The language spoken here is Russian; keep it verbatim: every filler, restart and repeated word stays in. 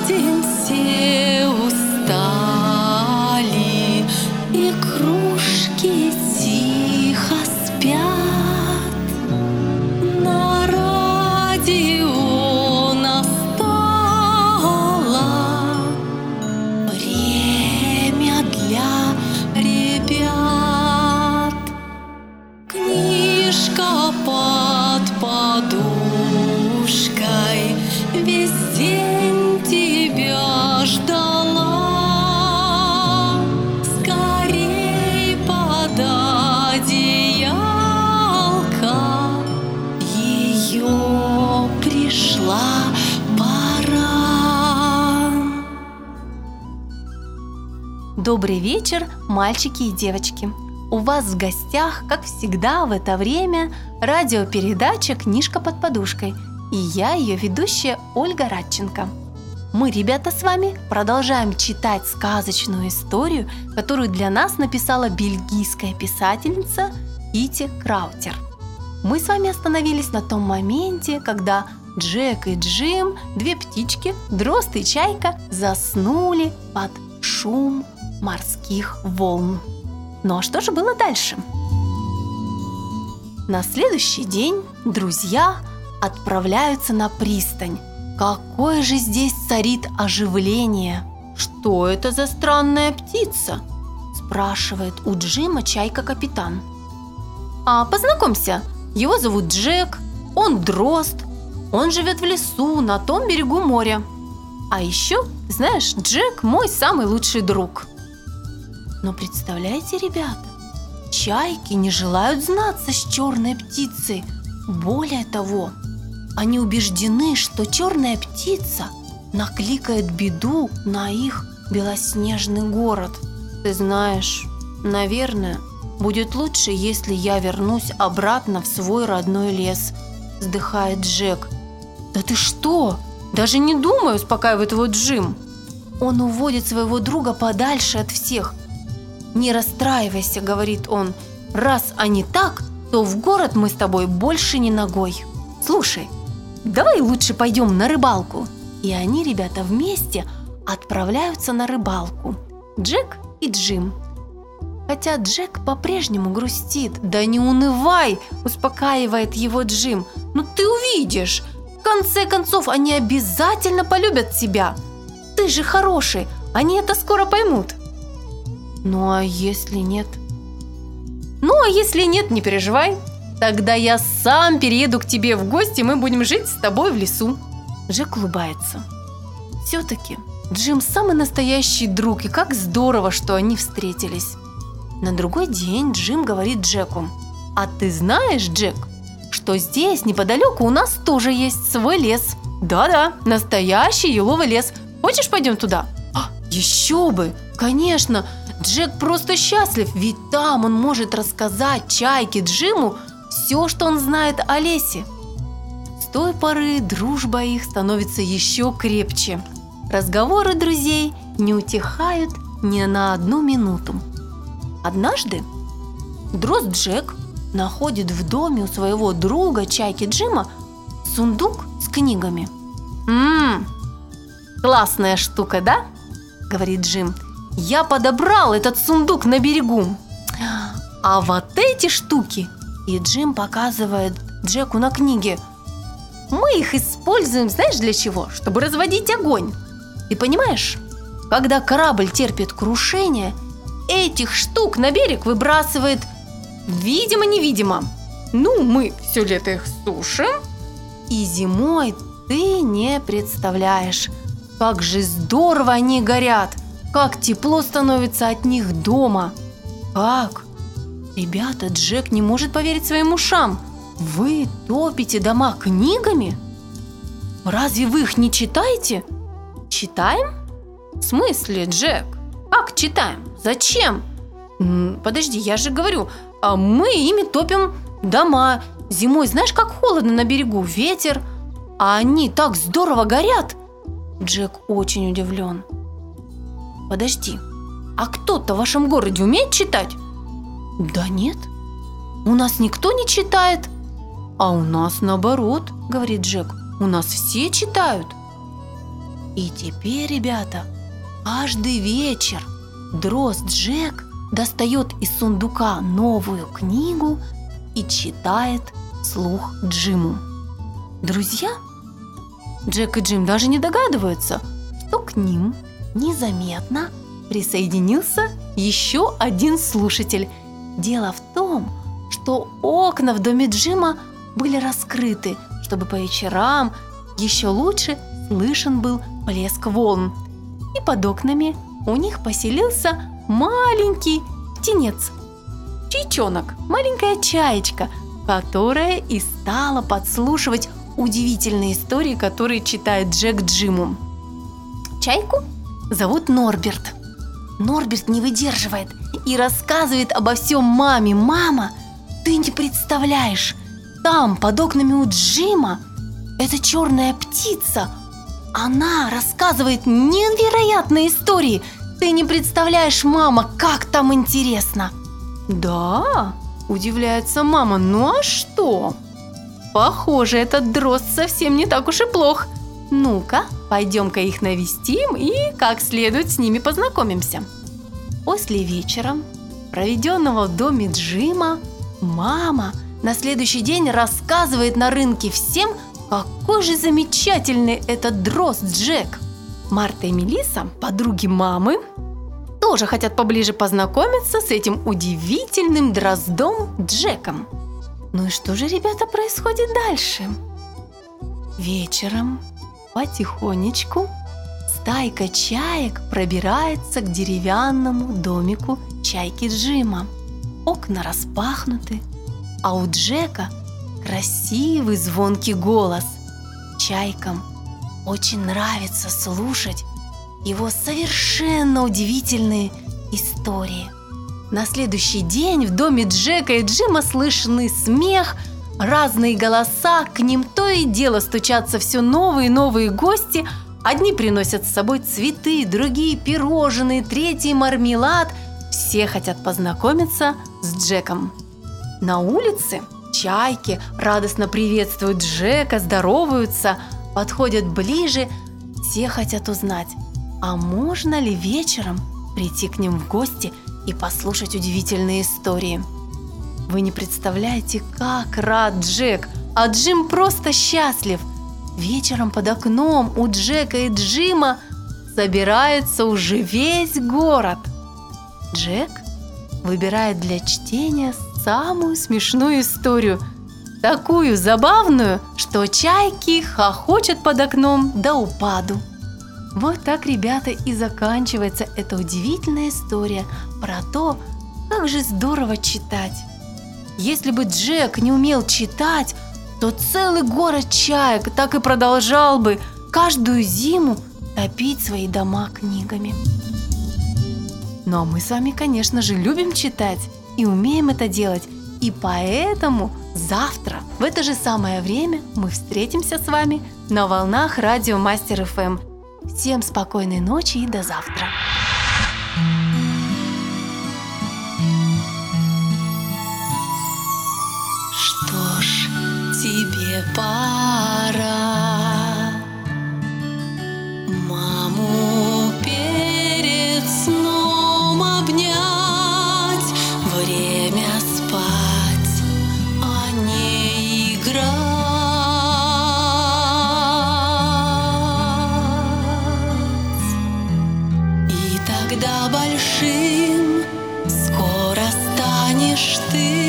день все устали, и кружки тихо спят. На радио настало время для ребят. Книжка под подушкой весь день тебя ждала. Скорей под одеялко, ее пришла пора. Добрый вечер, мальчики и девочки! У вас в гостях, как всегда в это время, радиопередача «Книжка под подушкой». И я, ее ведущая, Ольга Радченко. Мы, ребята, с вами продолжаем читать сказочную историю, которую для нас написала бельгийская писательница Кити Краутер. Мы с вами остановились на том моменте, когда Джек и Джим, две птички, дрозд и чайка, заснули под шум морских волн. Ну а что же было дальше? На следующий день друзья отправляются на пристань. Какое же здесь царит оживление! «Что это за странная птица?» спрашивает у Джима чайка-капитан. «А познакомься, его зовут Джек, он дрозд, он живет в лесу на том берегу моря. А еще, знаешь, Джек мой самый лучший друг». Но представляете, ребята, чайки не желают знаться с черной птицей. Более того, они убеждены, что черная птица накликает беду на их белоснежный город. Ты знаешь, наверное, будет лучше, если я вернусь обратно в свой родной лес, вздыхает Джек. Да ты что? Даже не думай, успокаивает его Джим. Он уводит своего друга подальше от всех. «Не расстраивайся», — говорит он, — «раз они так, то в город мы с тобой больше не ногой. Слушай, давай лучше пойдем на рыбалку». И они, ребята, вместе отправляются на рыбалку. Джек и Джим. Хотя Джек по-прежнему грустит. «Да не унывай», — успокаивает его Джим. «Ну ты увидишь, в конце концов они обязательно полюбят тебя. Ты же хороший, они это скоро поймут». «Ну а если нет?» «Ну а если нет, не переживай. Тогда я сам перееду к тебе в гости, и мы будем жить с тобой в лесу». Джек улыбается. Все-таки Джим самый настоящий друг, и как здорово, что они встретились. На другой день Джим говорит Джеку: «А ты знаешь, Джек, что здесь неподалеку у нас тоже есть свой лес? Да-да, настоящий еловый лес. Хочешь, пойдем туда?» «А, еще бы! Конечно! Джек просто счастлив, ведь там он может рассказать чайке Джиму все, что он знает о лесе». С той поры дружба их становится еще крепче. Разговоры друзей не утихают ни на одну минуту. Однажды дрозд Джек находит в доме у своего друга чайки Джима сундук с книгами. «Ммм, классная штука, да?» – говорит Джим. «Я подобрал этот сундук на берегу. А вот эти штуки», и Джим показывает Джеку на книге, «мы их используем, знаешь, для чего? Чтобы разводить огонь. Ты понимаешь, когда корабль терпит крушение, этих штук на берег выбрасывает видимо-невидимо. Ну, мы все лето их сушим, и зимой ты не представляешь, как же здорово они горят, как тепло становится от них дома». «Как? Ребята, Джек не может поверить своим ушам. Вы топите дома книгами? Разве вы их не читаете?» «Читаем? В смысле, Джек? Как читаем? Зачем?» М, «Подожди, я же говорю, а мы ими топим дома. Зимой знаешь, как холодно на берегу, ветер, а они так здорово горят». Джек очень удивлен. «Подожди, а кто-то в вашем городе умеет читать?» «Да нет, у нас никто не читает». «А у нас наоборот», — говорит Джек, — «у нас все читают». И теперь, ребята, каждый вечер дрозд Джек достает из сундука новую книгу и читает вслух Джиму. Друзья, Джек и Джим даже не догадываются, что к ним незаметно присоединился еще один слушатель. Дело в том, что окна в доме Джима были раскрыты, чтобы по вечерам еще лучше слышен был плеск волн. И под окнами у них поселился маленький птенец, чайчонок, маленькая чаечка, которая и стала подслушивать удивительные истории, которые читает Джек Джиму. Чайку зовут Норберт. Норберт не выдерживает и рассказывает обо всем маме. «Мама, ты не представляешь, там, под окнами у Джима, эта черная птица, она рассказывает невероятные истории. Ты не представляешь, мама, как там интересно!» «Да?» – удивляется мама. «Ну а что? Похоже, этот дрозд совсем не так уж и плох. Ну-ка, пойдем-ка их навестим и как следует с ними познакомимся». После вечера, проведенного в доме Джима, мама на следующий день рассказывает на рынке всем, какой же замечательный этот дрозд Джек. Марта и Мелисса, подруги мамы, тоже хотят поближе познакомиться с этим удивительным дроздом Джеком. Ну и что же, ребята, происходит дальше? Вечером потихонечку стайка чаек пробирается к деревянному домику чайки Джима. Окна распахнуты, а у Джека красивый звонкий голос. Чайкам очень нравится слушать его совершенно удивительные истории. На следующий день в доме Джека и Джима слышны смех, разные голоса, к ним то и дело стучатся все новые и новые гости. Одни приносят с собой цветы, другие пирожные, третьи мармелад. Все хотят познакомиться с Джеком. На улице чайки радостно приветствуют Джека, здороваются, подходят ближе. Все хотят узнать, а можно ли вечером прийти к ним в гости и послушать удивительные истории. Вы не представляете, как рад Джек, а Джим просто счастлив. Вечером под окном у Джека и Джима собирается уже весь город. Джек выбирает для чтения самую смешную историю, такую забавную, что чайки хохочут под окном до упаду. Вот так, ребята, и заканчивается эта удивительная история про то, как же здорово читать. Если бы Джек не умел читать, то целый город чаек так и продолжал бы каждую зиму топить свои дома книгами. Ну а мы с вами, конечно же, любим читать и умеем это делать. И поэтому завтра в это же самое время мы встретимся с вами на волнах радио Мастер эф эм. Всем спокойной ночи и до завтра. Что ж, тебе пора маму перед сном обнять. Время спать, а не играть. И тогда большим скоро станешь ты.